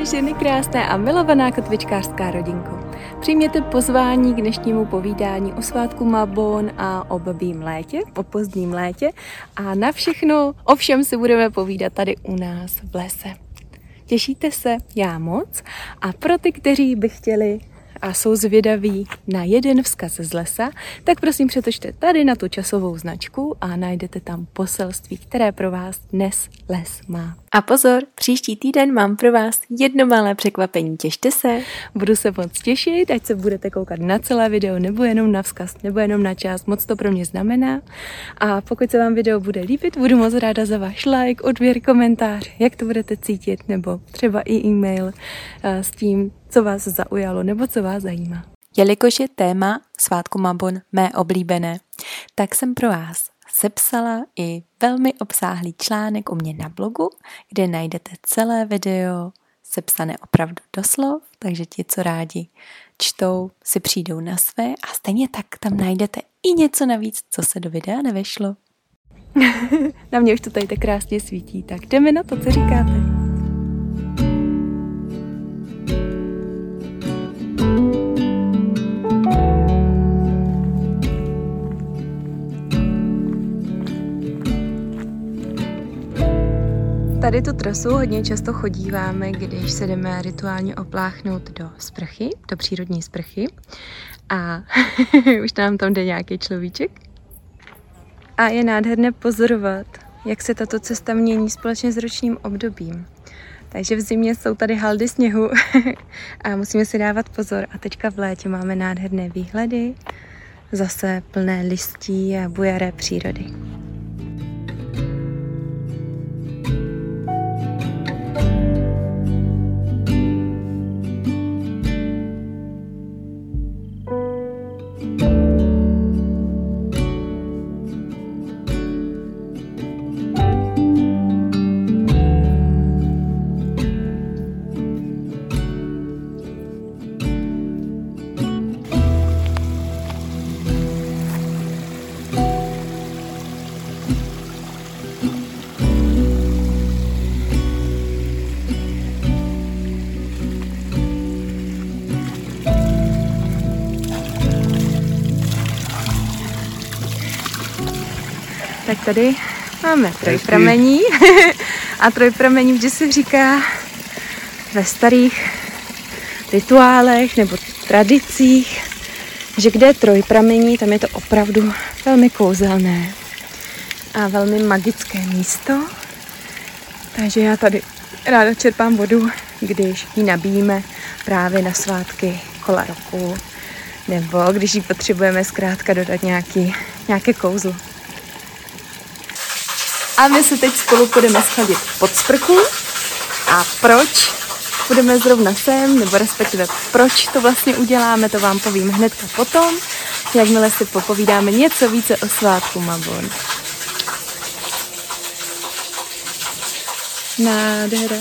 Ahoj, ženy krásné a milovaná kotvičkářská rodinko. Přijměte pozvání k dnešnímu povídání o svátku Mabon a o babím létě, o pozdním létě a na všechno, o všem si budeme povídat tady u nás v lese. Těšíte se? Já moc. A pro ty, kteří by chtěli a jsou zvědaví na jeden vzkaz z lesa, tak prosím přetočte tady na tu časovou značku a najdete tam poselství, které pro vás dnes les má. A pozor, příští týden mám pro vás jedno malé překvapení, těšte se. Budu se moc těšit, ať se budete koukat na celé video, nebo jenom na vzkaz, nebo jenom na část, moc to pro mě znamená. A pokud se vám video bude líbit, budu moc ráda za váš like, odběr, komentář, jak to budete cítit, nebo třeba i e-mail s tím, co vás zaujalo, nebo co vás zajímá. Jelikož je téma svátku Mabon mé oblíbené, tak jsem pro vás sepsala i velmi obsáhlý článek u mě na blogu, kde najdete celé video sepsané opravdu doslov, takže ti, co rádi čtou, si přijdou na své a stejně tak tam najdete i něco navíc, co se do videa nevešlo. Na mě už to tady tak krásně svítí, tak jdeme na to, co říkáte. Tady tu trasu hodně často chodíváme, když se jdeme rituálně opláchnout do sprchy, do přírodní sprchy. A už nám tam jde nějaký človíček. A je nádherné pozorovat, jak se tato cesta mění společně s ročním obdobím. Takže v zimě jsou tady haldy sněhu a musíme si dávat pozor. A teďka v létě máme nádherné výhledy, zase plné listí a bujaré přírody. Tak tady máme trojpramení a trojpramení vždy se říká ve starých rituálech nebo tradicích, že kde je trojpramení, tam je to opravdu velmi kouzelné a velmi magické místo. Takže já tady ráda čerpám vodu, když ji nabíjíme právě na svátky kola roku nebo když ji potřebujeme zkrátka dodat nějaké kouzlo. A my se teď spolu půjdeme schodit pod sprchu. A proč půjdeme zrovna sem, nebo respektive proč to vlastně uděláme, to vám povím hnedka potom, jakmile si popovídáme něco více o svátku Mabon. Nádhera.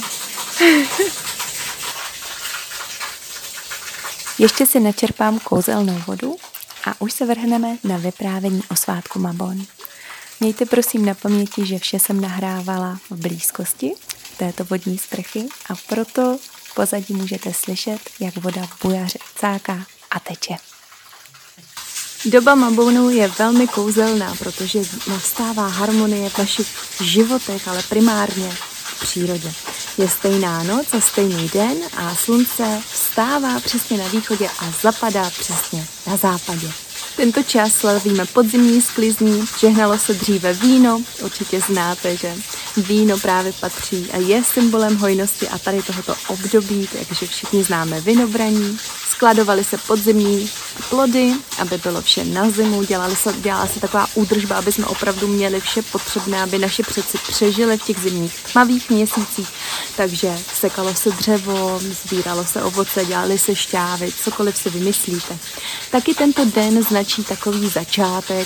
Ještě si načerpám kouzelnou vodu a už se vrhneme na vyprávění o svátku Mabon. Mějte prosím na paměti, že vše jsem nahrávala v blízkosti této vodní sprchy a proto v pozadí můžete slyšet, jak voda bujaře cáká a teče. Doba Mabonu je velmi kouzelná, protože nastává harmonie v našich životech, ale primárně v přírodě. Je stejná noc a stejný den a slunce vstává přesně na východě a zapadá přesně na západě. Tento čas slavíme podzimní sklizní, žehnalo se dříve víno, určitě znáte, že víno právě patří a je symbolem hojnosti a tady tohoto období, takže všichni známe vinobraní. Skladovaly se podzimní plody, aby bylo vše na zimu, dělala se taková údržba, aby jsme opravdu měli vše potřebné, aby naši předci přežili v těch zimních tmavých měsících, takže sekalo se dřevo, sbíralo se ovoce, dělali se šťávy, cokoliv si vymyslíte. Taky tento den značí takový začátek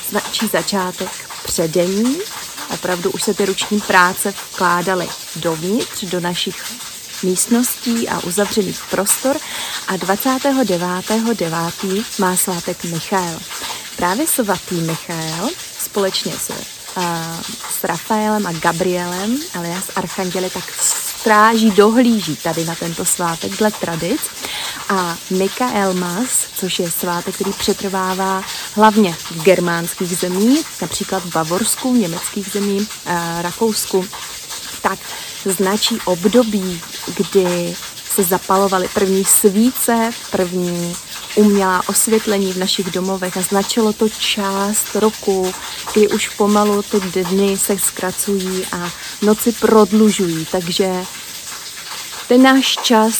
předení. Opravdu už se ty ruční práce vkládaly dovnitř, do našich místností a uzavřených prostor a 29.9. má svátek Michael. Právě svatý Michael společně s Rafaelem a Gabrielem, alias archanděli, tak stráží, dohlíží tady na tento svátek dle tradic. A Michaelmas, což je svátek, který přetrvává hlavně v germánských zemích, například v Bavorsku, v německých zemích, Rakousku, tak značí období, kdy se zapalovaly první svíce, první umělá osvětlení v našich domovech a značilo to část roku, kdy už pomalu ty dny se zkracují a noci prodlužují. Takže ten náš čas,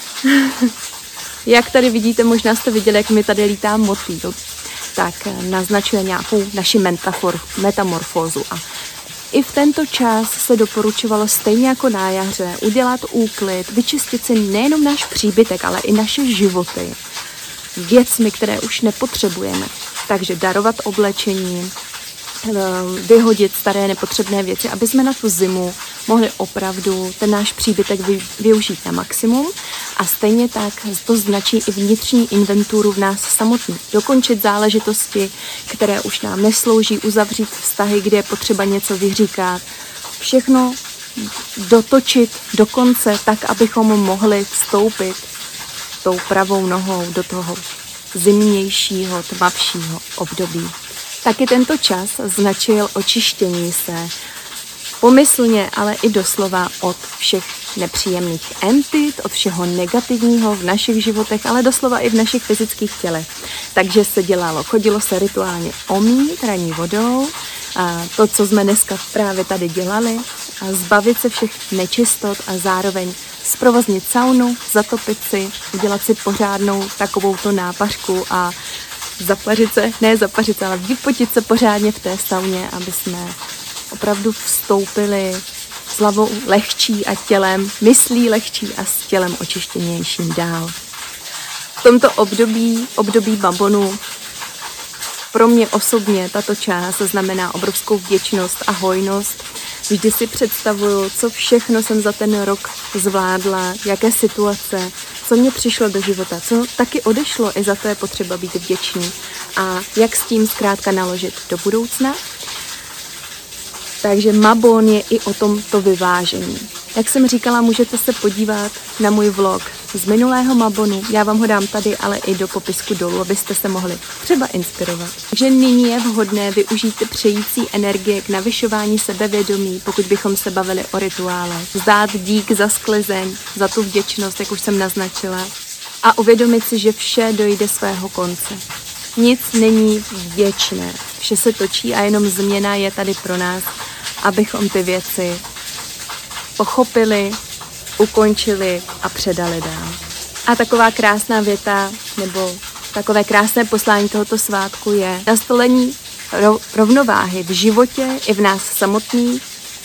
jak tady vidíte, možná jste viděli, jak mi tady lítá motýl, tak naznačuje nějakou naši metamorfózu. A i v tento čas se doporučovalo stejně jako na jaře udělat úklid, vyčistit si nejenom náš příbytek, ale i naše životy věcmi, které už nepotřebujeme. Takže darovat oblečení, vyhodit staré nepotřebné věci, aby jsme na tu zimu mohli opravdu ten náš příbytek využít na maximum a stejně tak to značí i vnitřní inventuru v nás samotný. Dokončit záležitosti, které už nám neslouží, uzavřít vztahy, kde je potřeba něco vyříkat. Všechno dotočit do konce tak, abychom mohli vstoupit tou pravou nohou do toho zimnějšího, tmavšího období. Taky tento čas značil očištění se pomyslně, ale i doslova od všech nepříjemných entit, od všeho negativního v našich životech, ale doslova i v našich fyzických tělech. Takže se chodilo se rituálně omýt ranní vodou, a to, co jsme dneska právě tady dělali, a zbavit se všech nečistot a zároveň zprovoznit saunu, zatopit si, udělat si pořádnou takovouto nápařku a zapařit se, ale vypotit se pořádně v té sauně, aby jsme opravdu vstoupili s hlavou lehčí a tělem, myslí lehčí a s tělem očištěnějším dál. V tomto období babonu, pro mě osobně tato část znamená obrovskou vděčnost a hojnost. Vždy si představuju, co všechno jsem za ten rok zvládla, jaké situace, co mě přišlo do života, co taky odešlo, i za to je potřeba být vděčný a jak s tím zkrátka naložit do budoucna. Takže Mabon je i o tomto vyvážení. Jak jsem říkala, můžete se podívat na můj vlog z minulého Mabonu. Já vám ho dám tady, ale i do popisku dolů, abyste se mohli třeba inspirovat. Takže nyní je vhodné využít ty přející energie k navyšování sebevědomí, pokud bychom se bavili o rituálech. Vzdát dík za sklizeň, za tu vděčnost, jak už jsem naznačila. A uvědomit si, že vše dojde svého konce. Nic není věčné. Vše se točí a jenom změna je tady pro nás, abychom ty věci pochopili, ukončili a předali dál. A taková krásná věta, nebo takové krásné poslání tohoto svátku je nastolení rovnováhy v životě i v nás samotných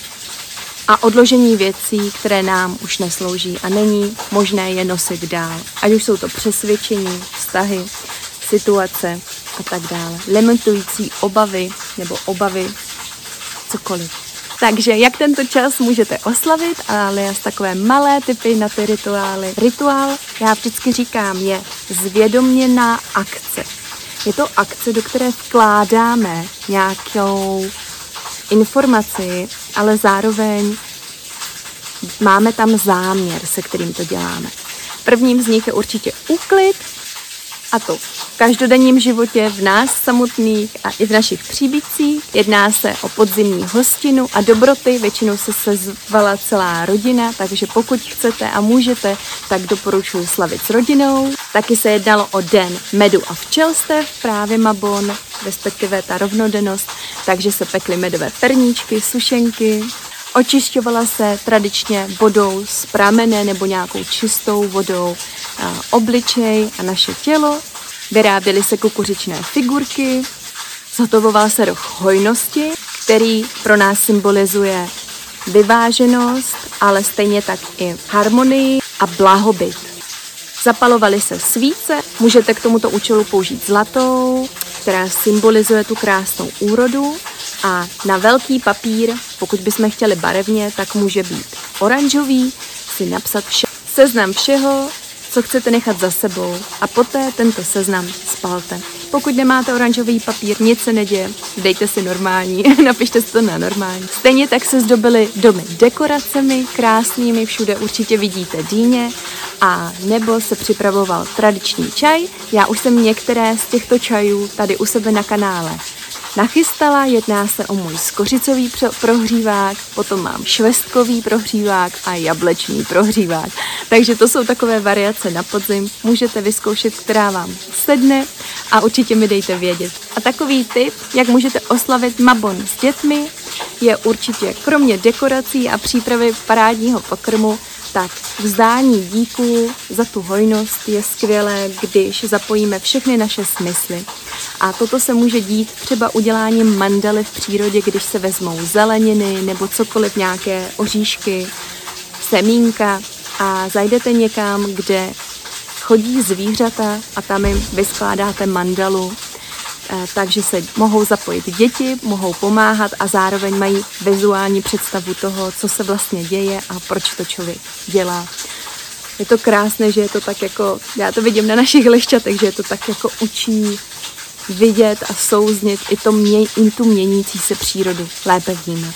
a odložení věcí, které nám už neslouží a není možné je nosit dál. Ať už jsou to přesvědčení, vztahy, situace a tak dále. Limitující obavy, cokoliv. Takže jak tento čas můžete oslavit, ale takové malé tipy na ty rituály. Rituál, já vždycky říkám, je zvědoměná akce. Je to akce, do které vkládáme nějakou informaci, ale zároveň máme tam záměr, se kterým to děláme. Prvním z nich je určitě úklid, a to v každodenním životě, v nás samotných a i v našich příbytcích. Jedná se o podzimní hostinu a dobroty, většinou se sezvala celá rodina, takže pokud chcete a můžete, tak doporučuji slavit s rodinou. Taky se jednalo o den medu a včelstev, právě Mabon, respektive ta rovnodennost, takže se pekly medové perníčky, sušenky. Očišťovala se tradičně vodou z pramene nebo nějakou čistou vodou obličej a naše tělo. Vyráběly se kukuřičné figurky, zhotovoval se roh hojnosti, který pro nás symbolizuje vyváženost, ale stejně tak i harmonii a blahobyt. Zapalovaly se svíce, můžete k tomuto účelu použít zlatou, která symbolizuje tu krásnou úrodu. A na velký papír, pokud bychom chtěli barevně, tak může být oranžový, si napsat seznam všeho, co chcete nechat za sebou a poté tento seznam spalte. Pokud nemáte oranžový papír, nic se neděje, dejte si normální, napište si to na normální. Stejně tak se zdobily domy dekoracemi krásnými, všude určitě vidíte dýně, a nebo se připravoval tradiční čaj. Já už jsem některé z těchto čajů tady u sebe na kanále nachystala, jedná se o můj skořicový prohřívák, potom mám švestkový prohřívák a jablečný prohřívák. Takže to jsou takové variace na podzim, můžete vyzkoušet, která vám sedne a určitě mi dejte vědět. A takový tip, jak můžete oslavit Mabon s dětmi, je určitě kromě dekorací a přípravy parádního pokrmu, tak vzdání díků za tu hojnost je skvělé, když zapojíme všechny naše smysly. A toto se může dít třeba uděláním mandaly v přírodě, když se vezmou zeleniny nebo cokoliv, nějaké oříšky, semínka a zajdete někam, kde chodí zvířata a tam jim vyskládáte mandalu. Takže se mohou zapojit děti, mohou pomáhat a zároveň mají vizuální představu toho, co se vlastně děje a proč to člověk dělá. Je to krásné, že je to tak jako, já to vidím na našich lešťatech, že je to tak jako učí vidět a souznit i tu měnící se přírodu lépe vnímat.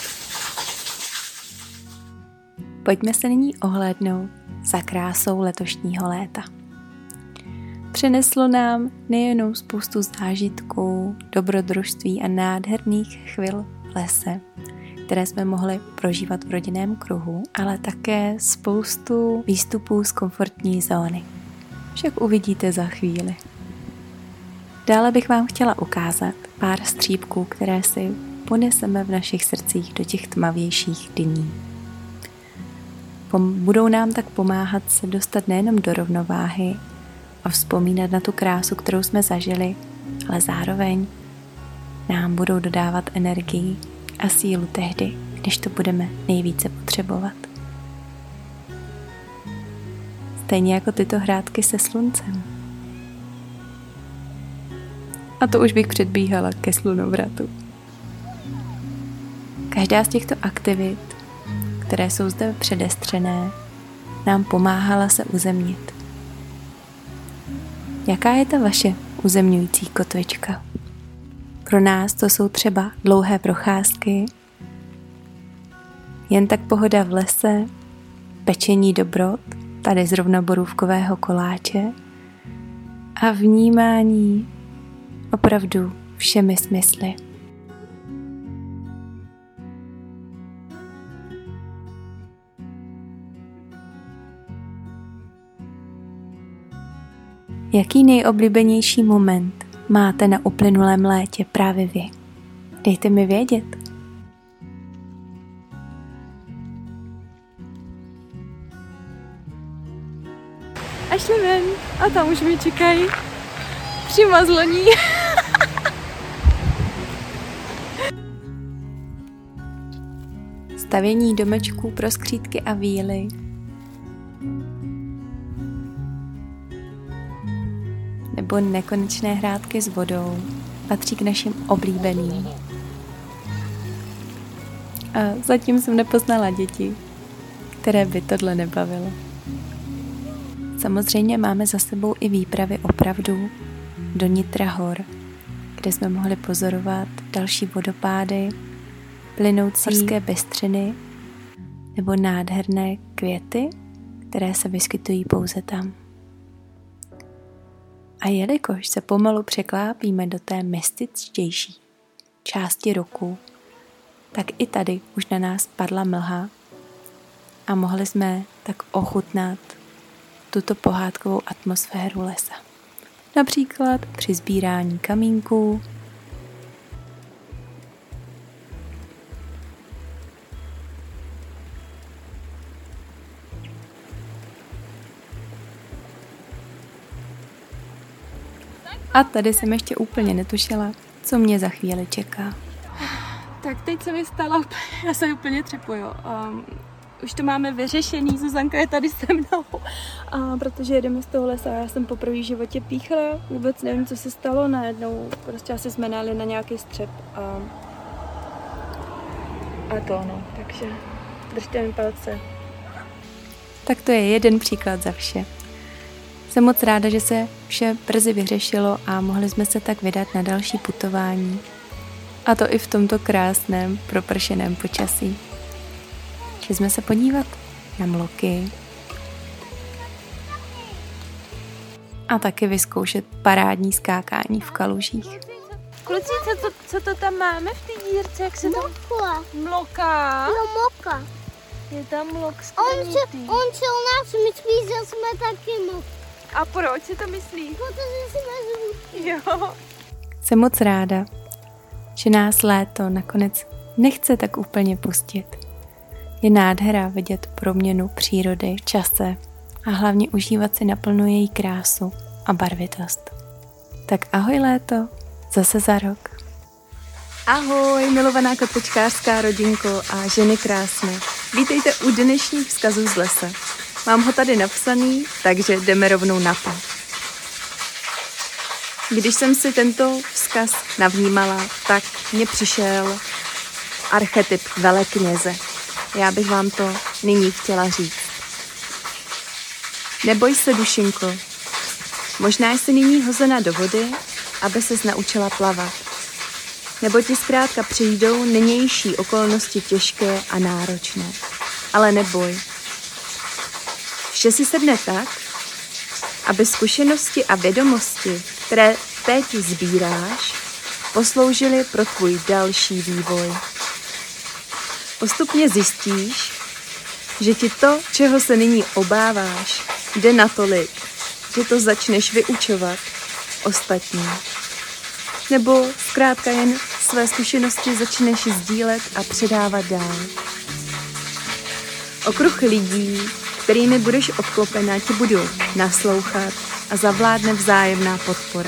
Pojďme se nyní ohlédnout za krásou letošního léta. Přineslo nám nejenom spoustu zážitků, dobrodružství a nádherných chvil v lese, které jsme mohli prožívat v rodinném kruhu, ale také spoustu výstupů z komfortní zóny. Však uvidíte za chvíli. Dále bych vám chtěla ukázat pár střípků, které si poneseme v našich srdcích do těch tmavějších dní. Budou nám tak pomáhat se dostat nejenom do rovnováhy a vzpomínat na tu krásu, kterou jsme zažili, ale zároveň nám budou dodávat energii a sílu tehdy, když to budeme nejvíce potřebovat. Stejně jako tyto hrátky se sluncem. A to už bych předbíhala ke slunovratu. Každá z těchto aktivit, které jsou zde předestřené, nám pomáhala se uzemnit. Jaká je ta vaše uzemňující kotvička? Pro nás to jsou třeba dlouhé procházky, jen tak pohoda v lese, pečení dobrot, tady zrovna borůvkového koláče a vnímání opravdu všemi smysly. Jaký nejoblíbenější moment máte na uplynulém létě právě vy? Dejte mi vědět. A šli ven a tam už mi čekají přimazlení. Stavění domečků pro skřídky a víly. Nebo nekonečné hrátky s vodou patří k našim oblíbeným. A zatím jsem nepoznala děti, které by tohle nebavilo. Samozřejmě máme za sebou i výpravy opravdu do nitra hor, kde jsme mohli pozorovat další vodopády, plynoucí horské bystřiny nebo nádherné květy, které se vyskytují pouze tam. A jelikož se pomalu překlápíme do té mystičtější části roku, tak i tady už na nás padla mlha a mohli jsme tak ochutnat tuto pohádkovou atmosféru lesa. Například při sbírání kamínků, a tady jsem ještě úplně netušila, co mě za chvíli čeká. Tak teď se mi stalo, já se úplně třepu, jo. Už to máme vyřešený, Zuzanka je tady se mnou, protože jedeme z toho lesa. Já jsem poprvé v životě píchla, vůbec nevím, co se stalo, najednou prostě asi jsme najeli na nějaký střep a to no, takže držte mi palce. Tak to je jeden příklad za vše. Jsem moc ráda, že se vše brzy vyřešilo a mohli jsme se tak vydat na další putování. A to i v tomto krásném, propršeném počasí. Šli jsme se podívat na mloky a taky vyzkoušet parádní skákání v kalužích. Kluci, co to tam máme v té dírce? Jak se to... Mloka. No, moka. Je tam mlok On se u nás myslí, že jsme taky moka. A proč si to myslí? Protože jsme zvuky. Jo. Jsem moc ráda, že nás léto nakonec nechce tak úplně pustit. Je nádhera vidět proměnu přírody v čase a hlavně užívat si naplno její krásu a barvitost. Tak ahoj léto, zase za rok. Ahoj, milovaná kotvičkářská rodinko a ženy krásné. Vítejte u dnešních vzkazů z lesa. Mám ho tady napsaný, takže jdeme rovnou na to. Když jsem si tento vzkaz navnímala, tak mně přišel archetyp velekněze. Já bych vám to nyní chtěla říct. Neboj se, dušinko. Možná jsi nyní hozena do vody, aby ses naučila plavat. Nebo ti zkrátka přijdou nynější okolnosti těžké a náročné. Ale neboj. Vše si sedne tak, aby zkušenosti a vědomosti, které teď sbíráš, posloužily pro tvůj další vývoj. Postupně zjistíš, že ti to, čeho se nyní obáváš, jde natolik, že to začneš vyučovat ostatním. Nebo zkrátka jen své zkušenosti začneš sdílet a předávat dál. Okruh lidí, kterými budeš obklopena, ti budou naslouchat a zavládne vzájemná podpora.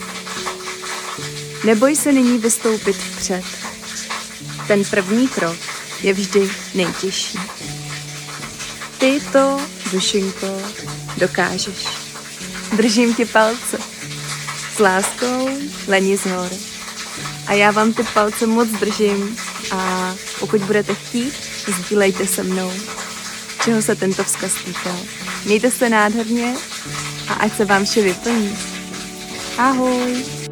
Neboj se nyní vystoupit vpřed. Ten první krok je vždy nejtěžší. Ty to, dušinko, dokážeš. Držím ti palce. S láskou, Leni z hor. A já vám ty palce moc držím a pokud budete chtít, sdílejte se mnou, čeho se tento vzkaz týkal. Mějte se nádherně a ať se vám vše vyplní. Ahoj!